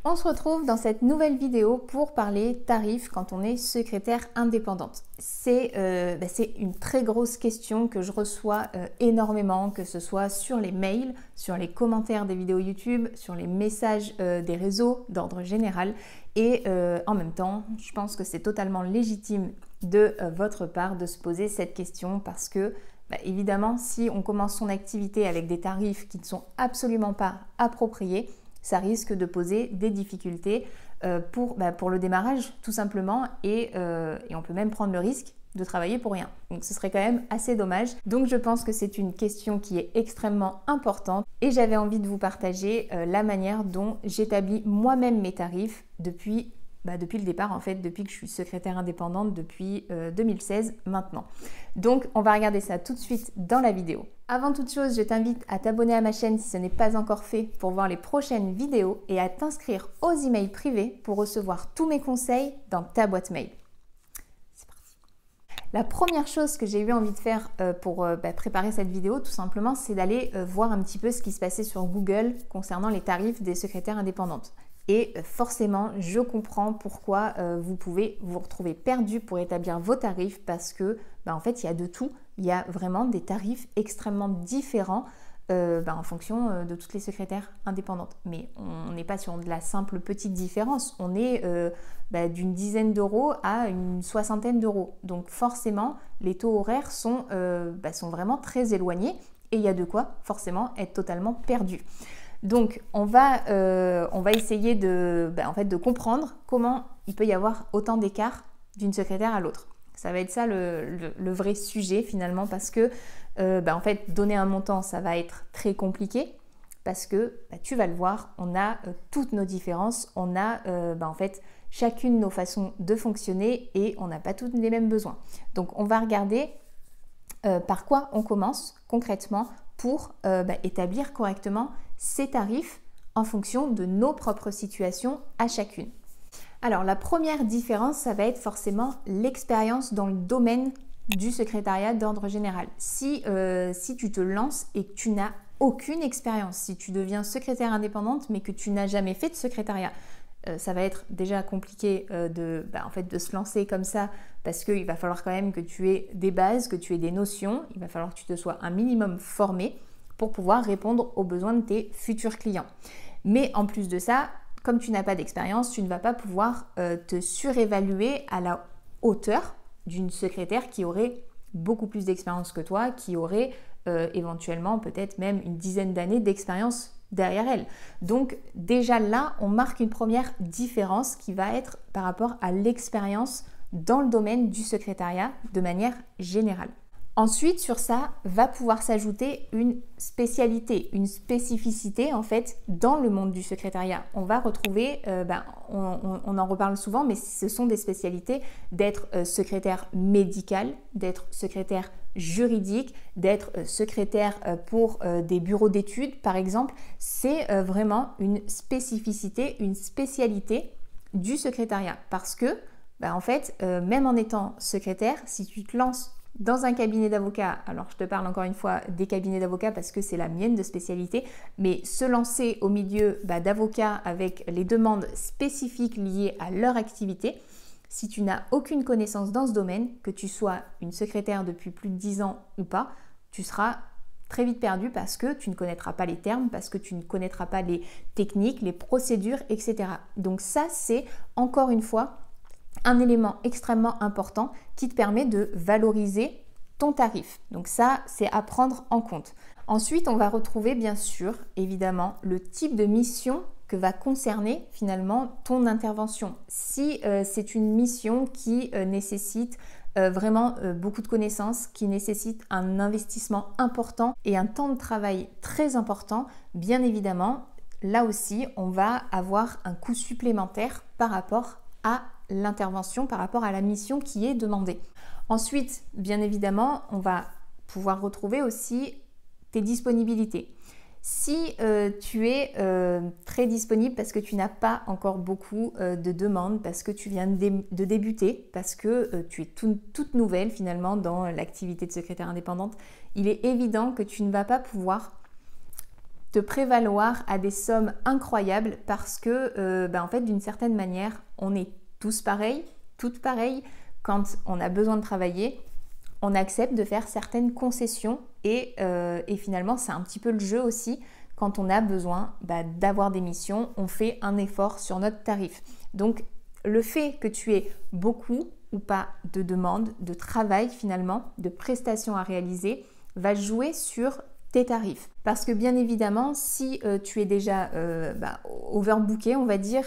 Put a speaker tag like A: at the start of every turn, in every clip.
A: On se retrouve dans cette nouvelle vidéo pour parler tarifs quand on est secrétaire indépendante. C'est une très grosse question que je reçois énormément, que ce soit sur les mails, sur les commentaires des vidéos YouTube, sur les messages des réseaux d'ordre général. Et en même temps, je pense que c'est totalement légitime de votre part de se poser cette question parce que évidemment, si on commence son activité avec des tarifs qui ne sont absolument pas appropriés, ça risque de poser des difficultés pour le démarrage tout simplement et on peut même prendre le risque de travailler pour rien. Donc ce serait quand même assez dommage. Donc je pense que c'est une question qui est extrêmement importante et j'avais envie de vous partager la manière dont j'établis moi-même mes tarifs depuis le départ en fait, depuis que je suis secrétaire indépendante depuis 2016 maintenant. Donc on va regarder ça tout de suite dans la vidéo. Avant toute chose, je t'invite à t'abonner à ma chaîne si ce n'est pas encore fait pour voir les prochaines vidéos et à t'inscrire aux emails privés pour recevoir tous mes conseils dans ta boîte mail. C'est parti. La première chose que j'ai eu envie de faire pour préparer cette vidéo tout simplement, c'est d'aller voir un petit peu ce qui se passait sur Google concernant les tarifs des secrétaires indépendantes. Et forcément, je comprends pourquoi vous pouvez vous retrouver perdu pour établir vos tarifs parce que, en fait, il y a de tout. Il y a vraiment des tarifs extrêmement différents en fonction de toutes les secrétaires indépendantes. Mais on n'est pas sur de la simple petite différence. On est d'une dizaine d'euros à une soixantaine d'euros. Donc forcément, les taux horaires sont vraiment très éloignés et il y a de quoi forcément être totalement perdu. Donc, on va essayer de comprendre comment il peut y avoir autant d'écart d'une secrétaire à l'autre. Ça va être ça le vrai sujet finalement parce que en fait, donner un montant, ça va être très compliqué parce que tu vas le voir, on a toutes nos différences, on a en fait chacune nos façons de fonctionner et on n'a pas tous les mêmes besoins. Donc, on va regarder par quoi on commence concrètement pour établir correctement ces tarifs en fonction de nos propres situations à chacune. Alors la première différence, ça va être forcément l'expérience dans le domaine du secrétariat d'ordre général. Si tu te lances et que tu n'as aucune expérience, si tu deviens secrétaire indépendante mais que tu n'as jamais fait de secrétariat, ça va être déjà compliqué de se lancer comme ça parce qu'il va falloir quand même que tu aies des bases, que tu aies des notions, il va falloir que tu te sois un minimum formé pour pouvoir répondre aux besoins de tes futurs clients. Mais en plus de ça, comme tu n'as pas d'expérience, tu ne vas pas pouvoir te surévaluer à la hauteur d'une secrétaire qui aurait beaucoup plus d'expérience que toi, qui aurait éventuellement peut-être même une dizaine d'années d'expérience derrière elle. Donc déjà là, on marque une première différence qui va être par rapport à l'expérience dans le domaine du secrétariat de manière générale. Ensuite, sur ça, va pouvoir s'ajouter une spécialité, une spécificité en fait dans le monde du secrétariat. On va retrouver, on en reparle souvent, mais ce sont des spécialités d'être secrétaire médical, d'être secrétaire juridique, d'être secrétaire pour des bureaux d'études par exemple. C'est vraiment une spécificité, une spécialité du secrétariat parce que, en fait, même en étant secrétaire, si tu te lances dans un cabinet d'avocats, alors je te parle encore une fois des cabinets d'avocats parce que c'est la mienne de spécialité, mais se lancer au milieu d'avocats avec les demandes spécifiques liées à leur activité, si tu n'as aucune connaissance dans ce domaine, que tu sois une secrétaire depuis plus de 10 ans ou pas, tu seras très vite perdu parce que tu ne connaîtras pas les termes, parce que tu ne connaîtras pas les techniques, les procédures, etc. Donc ça, c'est encore une fois un élément extrêmement important qui te permet de valoriser ton tarif. Donc ça, c'est à prendre en compte. Ensuite, on va retrouver bien sûr, évidemment, le type de mission que va concerner finalement ton intervention. Si c'est une mission qui nécessite vraiment beaucoup de connaissances, qui nécessite un investissement important et un temps de travail très important, bien évidemment, là aussi, on va avoir un coût supplémentaire par rapport à l'intervention, par rapport à la mission qui est demandée. Ensuite, bien évidemment, on va pouvoir retrouver aussi tes disponibilités. Si tu es très disponible parce que tu n'as pas encore beaucoup de demandes, parce que tu viens de débuter, parce que tu es toute nouvelle finalement dans l'activité de secrétaire indépendante, il est évident que tu ne vas pas pouvoir te prévaloir à des sommes incroyables parce que en fait d'une certaine manière on est tous pareils, toutes pareilles. Quand on a besoin de travailler, on accepte de faire certaines concessions et finalement c'est un petit peu le jeu aussi. Quand on a besoin d'avoir des missions, on fait un effort sur notre tarif. Donc le fait que tu aies beaucoup ou pas de demandes, de travail finalement, de prestations à réaliser, va jouer sur tes tarifs. Parce que bien évidemment, si tu es déjà overbooké, on va dire,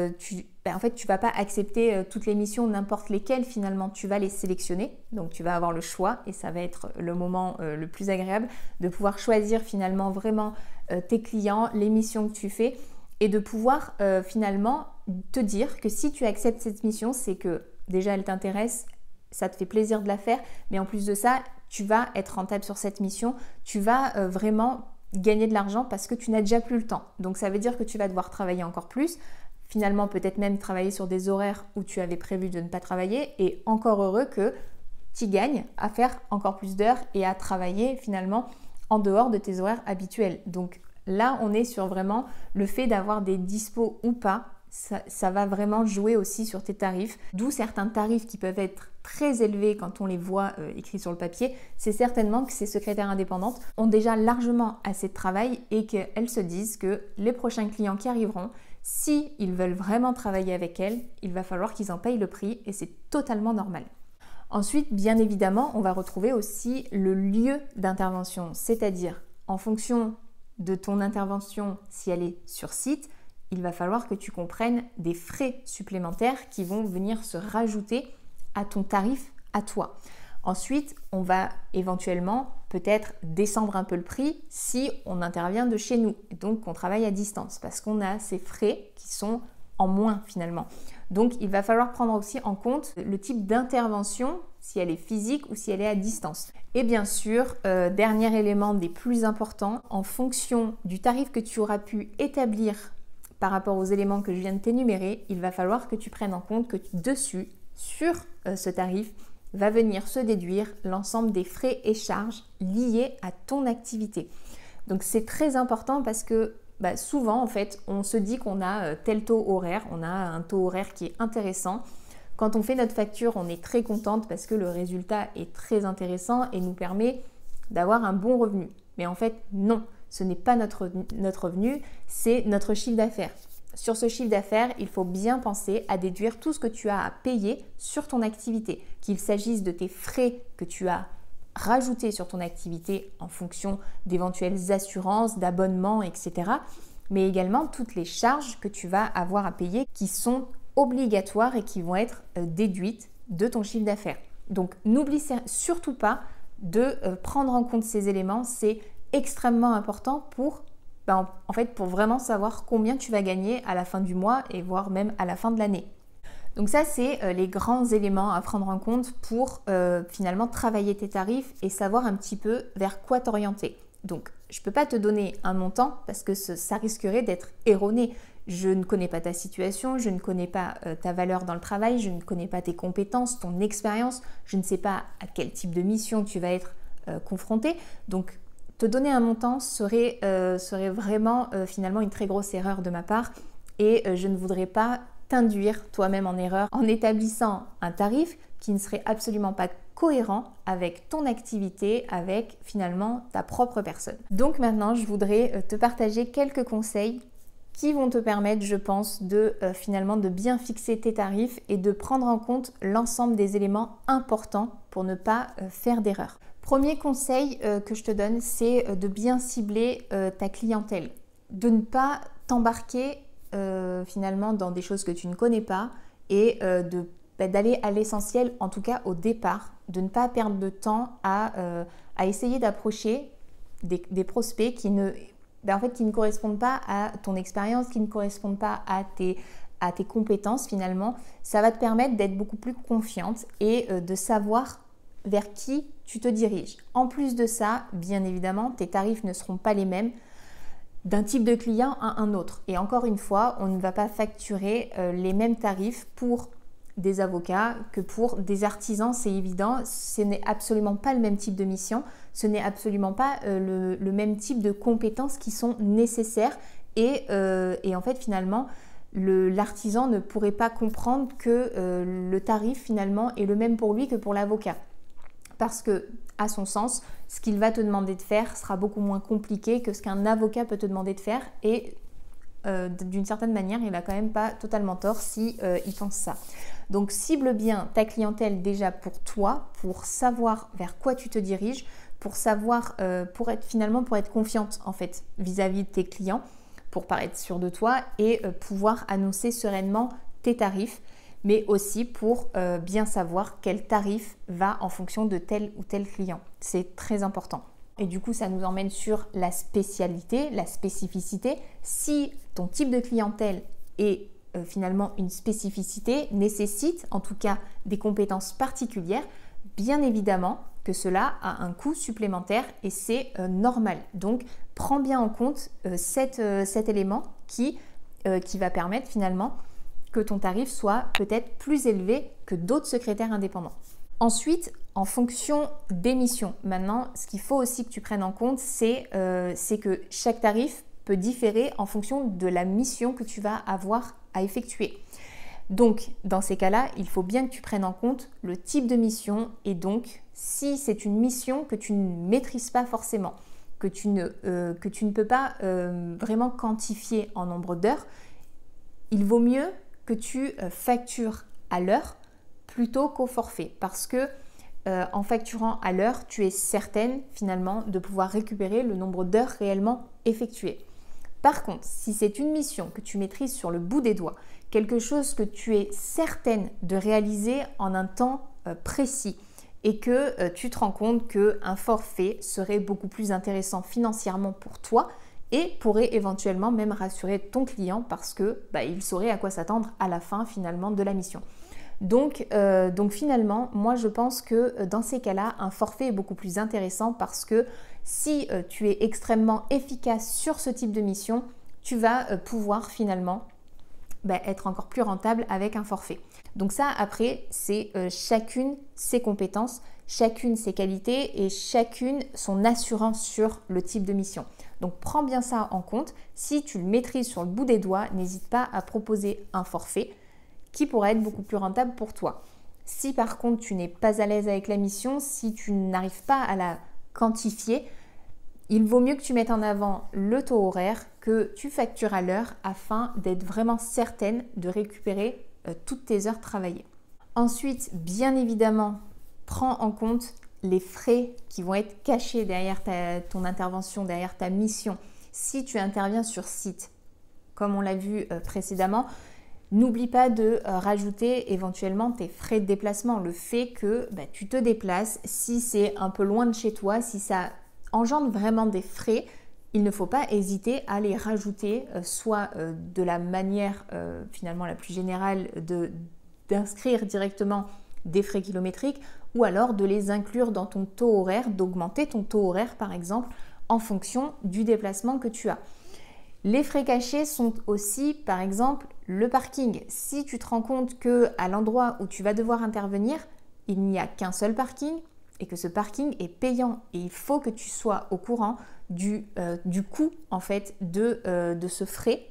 A: en fait, tu vas pas accepter toutes les missions, n'importe lesquelles finalement, tu vas les sélectionner. Donc tu vas avoir le choix et ça va être le moment le plus agréable de pouvoir choisir finalement vraiment tes clients, les missions que tu fais et de pouvoir finalement te dire que si tu acceptes cette mission, c'est que déjà elle t'intéresse, ça te fait plaisir de la faire, mais en plus de ça, tu vas être rentable sur cette mission, tu vas vraiment gagner de l'argent parce que tu n'as déjà plus le temps. Donc ça veut dire que tu vas devoir travailler encore plus, finalement peut-être même travailler sur des horaires où tu avais prévu de ne pas travailler et encore heureux que tu gagnes à faire encore plus d'heures et à travailler finalement en dehors de tes horaires habituels. Donc là, on est sur vraiment le fait d'avoir des dispos ou pas. Ça va vraiment jouer aussi sur tes tarifs, d'où certains tarifs qui peuvent être très élevés quand on les voit écrits sur le papier. C'est certainement que ces secrétaires indépendantes ont déjà largement assez de travail et qu'elles se disent que les prochains clients qui arriveront, si ils veulent vraiment travailler avec elles, il va falloir qu'ils en payent le prix et c'est totalement normal. Ensuite, bien évidemment, on va retrouver aussi le lieu d'intervention, c'est-à-dire en fonction de ton intervention, si elle est sur site, il va falloir que tu comprennes des frais supplémentaires qui vont venir se rajouter à ton tarif à toi. Ensuite, on va éventuellement peut-être descendre un peu le prix si on intervient de chez nous, donc qu'on travaille à distance, parce qu'on a ces frais qui sont en moins finalement. Donc il va falloir prendre aussi en compte le type d'intervention, si elle est physique ou si elle est à distance. Et bien sûr, dernier élément des plus importants, en fonction du tarif que tu auras pu établir par rapport aux éléments que je viens de t'énumérer, il va falloir que tu prennes en compte que dessus, sur ce tarif, va venir se déduire l'ensemble des frais et charges liés à ton activité. Donc c'est très important parce que souvent en fait, on se dit qu'on a tel taux horaire, on a un taux horaire qui est intéressant. Quand on fait notre facture, on est très contente parce que le résultat est très intéressant et nous permet d'avoir un bon revenu. Mais en fait, non. Ce n'est pas notre revenu, c'est notre chiffre d'affaires. Sur ce chiffre d'affaires, il faut bien penser à déduire tout ce que tu as à payer sur ton activité, qu'il s'agisse de tes frais que tu as rajoutés sur ton activité en fonction d'éventuelles assurances, d'abonnements, etc. Mais également toutes les charges que tu vas avoir à payer qui sont obligatoires et qui vont être déduites de ton chiffre d'affaires. Donc n'oublie surtout pas de prendre en compte ces éléments, c'est extrêmement important pour vraiment savoir combien tu vas gagner à la fin du mois et voire même à la fin de l'année. Donc ça, c'est les grands éléments à prendre en compte pour finalement travailler tes tarifs et savoir un petit peu vers quoi t'orienter. Donc, je ne peux pas te donner un montant parce que ça risquerait d'être erroné. Je ne connais pas ta situation, je ne connais pas ta valeur dans le travail, je ne connais pas tes compétences, ton expérience, je ne sais pas à quel type de mission tu vas être confronté. Donc, te donner un montant serait vraiment finalement une très grosse erreur de ma part et je ne voudrais pas t'induire toi-même en erreur en établissant un tarif qui ne serait absolument pas cohérent avec ton activité, avec finalement ta propre personne. Donc maintenant, je voudrais te partager quelques conseils qui vont te permettre, je pense, de finalement de bien fixer tes tarifs et de prendre en compte l'ensemble des éléments importants pour ne pas faire d'erreur. Premier conseil que je te donne, c'est de bien cibler ta clientèle, de ne pas t'embarquer finalement dans des choses que tu ne connais pas et d'aller à l'essentiel, en tout cas au départ, de ne pas perdre de temps à essayer d'approcher des prospects qui ne correspondent pas à ton expérience, qui ne correspondent pas à tes compétences finalement. Ça va te permettre d'être beaucoup plus confiante et de savoir vers qui tu te diriges. En plus de ça, bien évidemment, tes tarifs ne seront pas les mêmes d'un type de client à un autre. Et encore une fois, on ne va pas facturer les mêmes tarifs pour des avocats que pour des artisans, c'est évident. Ce n'est absolument pas le même type de mission, ce n'est absolument pas le même type de compétences qui sont nécessaires et en fait finalement l'artisan ne pourrait pas comprendre que le tarif finalement est le même pour lui que pour l'avocat. Parce que, à son sens, ce qu'il va te demander de faire sera beaucoup moins compliqué que ce qu'un avocat peut te demander de faire et d'une certaine manière, il n'a quand même pas totalement tort si il pense ça. Donc cible bien ta clientèle déjà pour toi, pour savoir vers quoi tu te diriges, pour savoir, pour être confiante en fait vis-à-vis de tes clients, pour paraître sûr de toi et pouvoir annoncer sereinement tes tarifs, mais aussi pour bien savoir quel tarif va en fonction de tel ou tel client. C'est très important. Et du coup, ça nous emmène sur la spécialité, la spécificité. Si ton type de clientèle est finalement une spécificité, nécessite en tout cas des compétences particulières, bien évidemment que cela a un coût supplémentaire et c'est normal. Donc, prends bien en compte cet élément qui va permettre finalement que ton tarif soit peut-être plus élevé que d'autres secrétaires indépendants. Ensuite, en fonction des missions, maintenant, ce qu'il faut aussi que tu prennes en compte, c'est que chaque tarif peut différer en fonction de la mission que tu vas avoir à effectuer. Donc, dans ces cas-là, il faut bien que tu prennes en compte le type de mission et donc, si c'est une mission que tu ne maîtrises pas forcément, que tu ne peux pas vraiment quantifier en nombre d'heures, il vaut mieux que tu factures à l'heure plutôt qu'au forfait parce que en facturant à l'heure, tu es certaine finalement de pouvoir récupérer le nombre d'heures réellement effectuées. Par contre, si c'est une mission que tu maîtrises sur le bout des doigts, quelque chose que tu es certaine de réaliser en un temps précis et que tu te rends compte qu'un forfait serait beaucoup plus intéressant financièrement pour toi et pourrait éventuellement même rassurer ton client parce que il saurait à quoi s'attendre à la fin finalement de la mission. Donc finalement, moi je pense que dans ces cas-là, un forfait est beaucoup plus intéressant parce que si tu es extrêmement efficace sur ce type de mission, tu vas pouvoir finalement être encore plus rentable avec un forfait. Donc ça, après, c'est chacune ses compétences, chacune ses qualités et chacune son assurance sur le type de mission. Donc prends bien ça en compte. Si tu le maîtrises sur le bout des doigts, n'hésite pas à proposer un forfait qui pourra être beaucoup plus rentable pour toi. Si par contre tu n'es pas à l'aise avec la mission, si tu n'arrives pas à la quantifier, il vaut mieux que tu mettes en avant le taux horaire, que tu factures à l'heure afin d'être vraiment certaine de récupérer toutes tes heures travaillées. Ensuite, bien évidemment, prends en compte les frais qui vont être cachés derrière ton intervention, derrière ta mission. Si tu interviens sur site, comme on l'a vu précédemment, n'oublie pas de rajouter éventuellement tes frais de déplacement. Le fait que tu te déplaces, si c'est un peu loin de chez toi, si ça engendre vraiment des frais, il ne faut pas hésiter à les rajouter, soit de la manière finalement la plus générale d'inscrire directement des frais kilométriques ou alors de les inclure dans ton taux horaire, d'augmenter ton taux horaire par exemple en fonction du déplacement que tu as. Les frais cachés sont aussi par exemple le parking. Si tu te rends compte qu'à l'endroit où tu vas devoir intervenir, il n'y a qu'un seul parking et que ce parking est payant et il faut que tu sois au courant du coût en fait de ce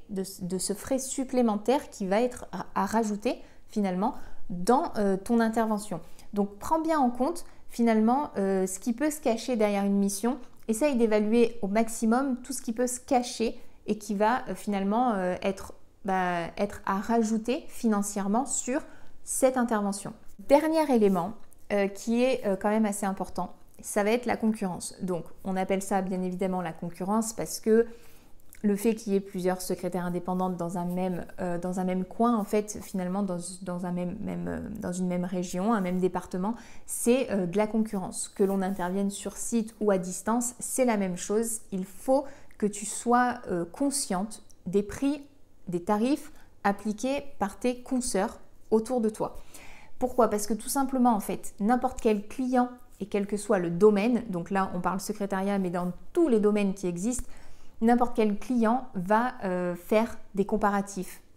A: frais supplémentaire qui va être à rajouter finalement dans ton intervention. Donc prends bien en compte finalement ce qui peut se cacher derrière une mission. Essaye d'évaluer au maximum tout ce qui peut se cacher et qui va finalement être à rajouter financièrement sur cette intervention. Dernier élément qui est quand même assez important, ça va être la concurrence. Donc on appelle ça bien évidemment la concurrence parce que le fait qu'il y ait plusieurs secrétaires indépendantes dans un même coin, en fait, finalement, dans une même région, un même département, c'est de la concurrence. Que l'on intervienne sur site ou à distance, c'est la même chose. Il faut que tu sois consciente des prix, des tarifs appliqués par tes consoeurs autour de toi. Pourquoi ? Parce que tout simplement, en fait, n'importe quel client, et quel que soit le domaine, donc là, on parle secrétariat, mais dans tous les domaines qui existent, n'importe quel client va faire des comparatifs,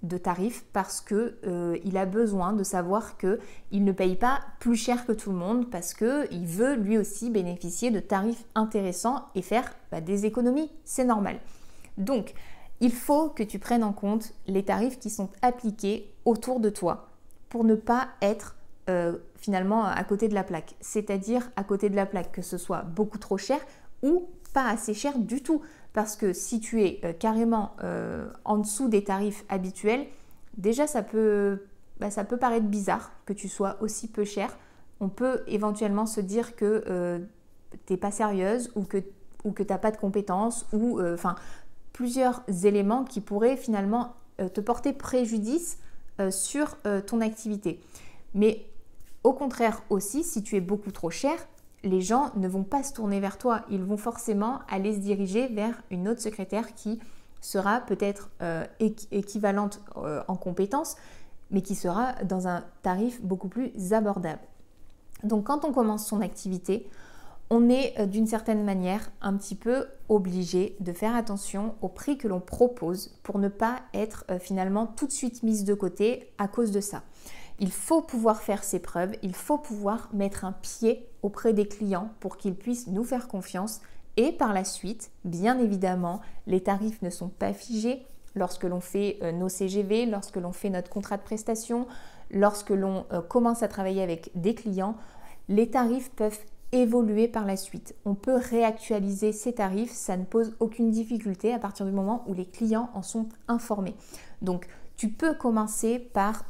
A: de tarif parce qu'il a besoin de savoir qu'il ne paye pas plus cher que tout le monde parce qu'il veut lui aussi bénéficier de tarifs intéressants et faire des économies, c'est normal. Donc, il faut que tu prennes en compte les tarifs qui sont appliqués autour de toi pour ne pas être finalement à côté de la plaque. C'est-à-dire à côté de la plaque, que ce soit beaucoup trop cher ou pas assez cher du tout. Parce que si tu es carrément en dessous des tarifs habituels, déjà ça peut paraître bizarre que tu sois aussi peu cher. On peut éventuellement se dire que tu n'es pas sérieuse ou que tu n'as pas de compétences ou plusieurs éléments qui pourraient finalement te porter préjudice sur ton activité. Mais au contraire aussi, si tu es beaucoup trop cher, les gens ne vont pas se tourner vers toi. Ils vont forcément aller se diriger vers une autre secrétaire qui sera peut-être équivalente en compétences, mais qui sera dans un tarif beaucoup plus abordable. Donc quand on commence son activité, on est d'une certaine manière un petit peu obligé de faire attention au prix que l'on propose pour ne pas être finalement tout de suite mise de côté à cause de ça. Il faut pouvoir faire ses preuves, il faut pouvoir mettre un pied auprès des clients pour qu'ils puissent nous faire confiance et par la suite, bien évidemment, les tarifs ne sont pas figés lorsque l'on fait nos CGV, lorsque l'on fait notre contrat de prestation, lorsque l'on commence à travailler avec des clients, les tarifs peuvent évoluer par la suite. On peut réactualiser ces tarifs, ça ne pose aucune difficulté à partir du moment où les clients en sont informés. Donc, tu peux commencer par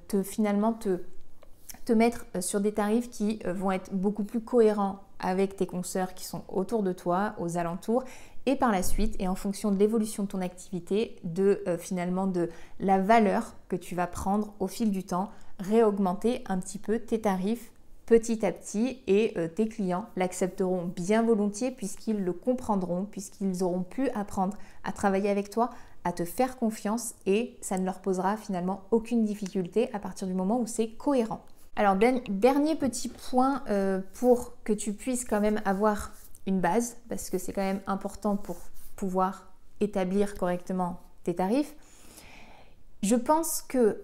A: te mettre sur des tarifs qui vont être beaucoup plus cohérents avec tes consoeurs qui sont autour de toi, aux alentours, et par la suite, et en fonction de l'évolution de ton activité, de la valeur que tu vas prendre au fil du temps, réaugmenter un petit peu tes tarifs petit à petit et tes clients l'accepteront bien volontiers puisqu'ils le comprendront, puisqu'ils auront pu apprendre à travailler avec toi, à te faire confiance et ça ne leur posera finalement aucune difficulté à partir du moment où c'est cohérent. Alors, dernier petit point pour que tu puisses quand même avoir une base, parce que c'est quand même important pour pouvoir établir correctement tes tarifs. Je pense qu'il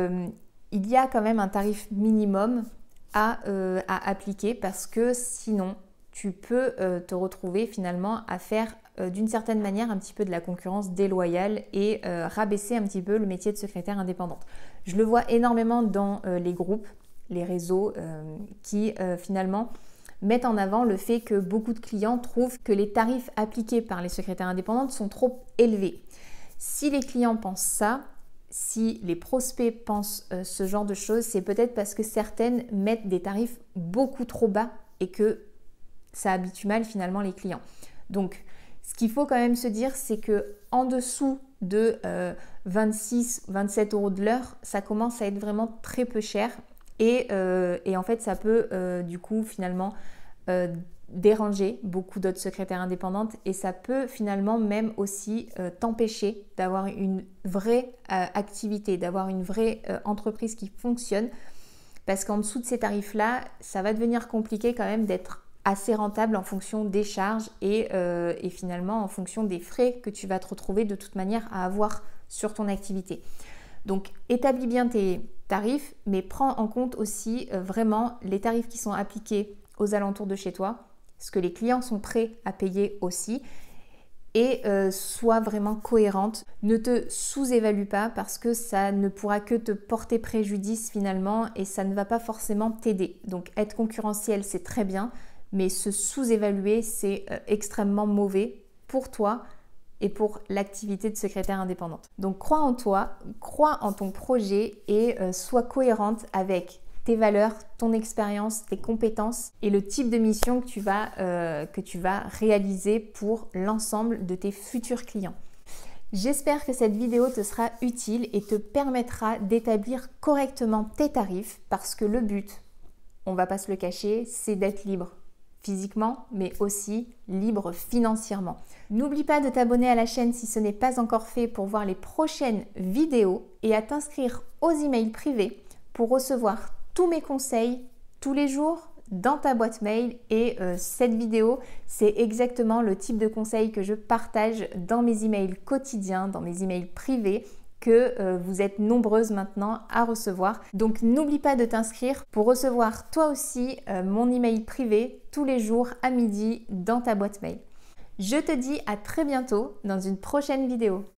A: y a quand même un tarif minimum à appliquer parce que sinon, tu peux te retrouver finalement à faire d'une certaine manière un petit peu de la concurrence déloyale et rabaisser un petit peu le métier de secrétaire indépendante. Je le vois énormément dans les groupes, les réseaux qui finalement mettent en avant le fait que beaucoup de clients trouvent que les tarifs appliqués par les secrétaires indépendantes sont trop élevés. Si les clients pensent ça, si les prospects pensent ce genre de choses, c'est peut-être parce que certaines mettent des tarifs beaucoup trop bas et que ça habitue mal finalement les clients. Donc, ce qu'il faut quand même se dire, c'est que en dessous de 26-27 € de l'heure, ça commence à être vraiment très peu cher et en fait, ça peut du coup finalement déranger beaucoup d'autres secrétaires indépendantes et ça peut finalement même aussi t'empêcher d'avoir une vraie activité, d'avoir une vraie entreprise qui fonctionne parce qu'en dessous de ces tarifs-là, ça va devenir compliqué quand même d'être assez rentable en fonction des charges et finalement en fonction des frais que tu vas te retrouver de toute manière à avoir sur ton activité. Donc établis bien tes tarifs, mais prends en compte aussi vraiment les tarifs qui sont appliqués aux alentours de chez toi, ce que les clients sont prêts à payer aussi et sois vraiment cohérente. Ne te sous-évalue pas parce que ça ne pourra que te porter préjudice finalement et ça ne va pas forcément t'aider. Donc être concurrentiel, c'est très bien, mais se sous-évaluer, c'est extrêmement mauvais pour toi et pour l'activité de secrétaire indépendante. Donc crois en toi, crois en ton projet et sois cohérente avec tes valeurs, ton expérience, tes compétences et le type de mission que tu vas réaliser pour l'ensemble de tes futurs clients. J'espère que cette vidéo te sera utile et te permettra d'établir correctement tes tarifs parce que le but, on ne va pas se le cacher, c'est d'être libre physiquement, mais aussi libre financièrement. N'oublie pas de t'abonner à la chaîne si ce n'est pas encore fait pour voir les prochaines vidéos et à t'inscrire aux emails privés pour recevoir tous mes conseils tous les jours dans ta boîte mail et cette vidéo, c'est exactement le type de conseils que je partage dans mes emails quotidiens, dans mes emails privés que vous êtes nombreuses maintenant à recevoir. Donc n'oublie pas de t'inscrire pour recevoir toi aussi mon email privé tous les jours à midi dans ta boîte mail. Je te dis à très bientôt dans une prochaine vidéo.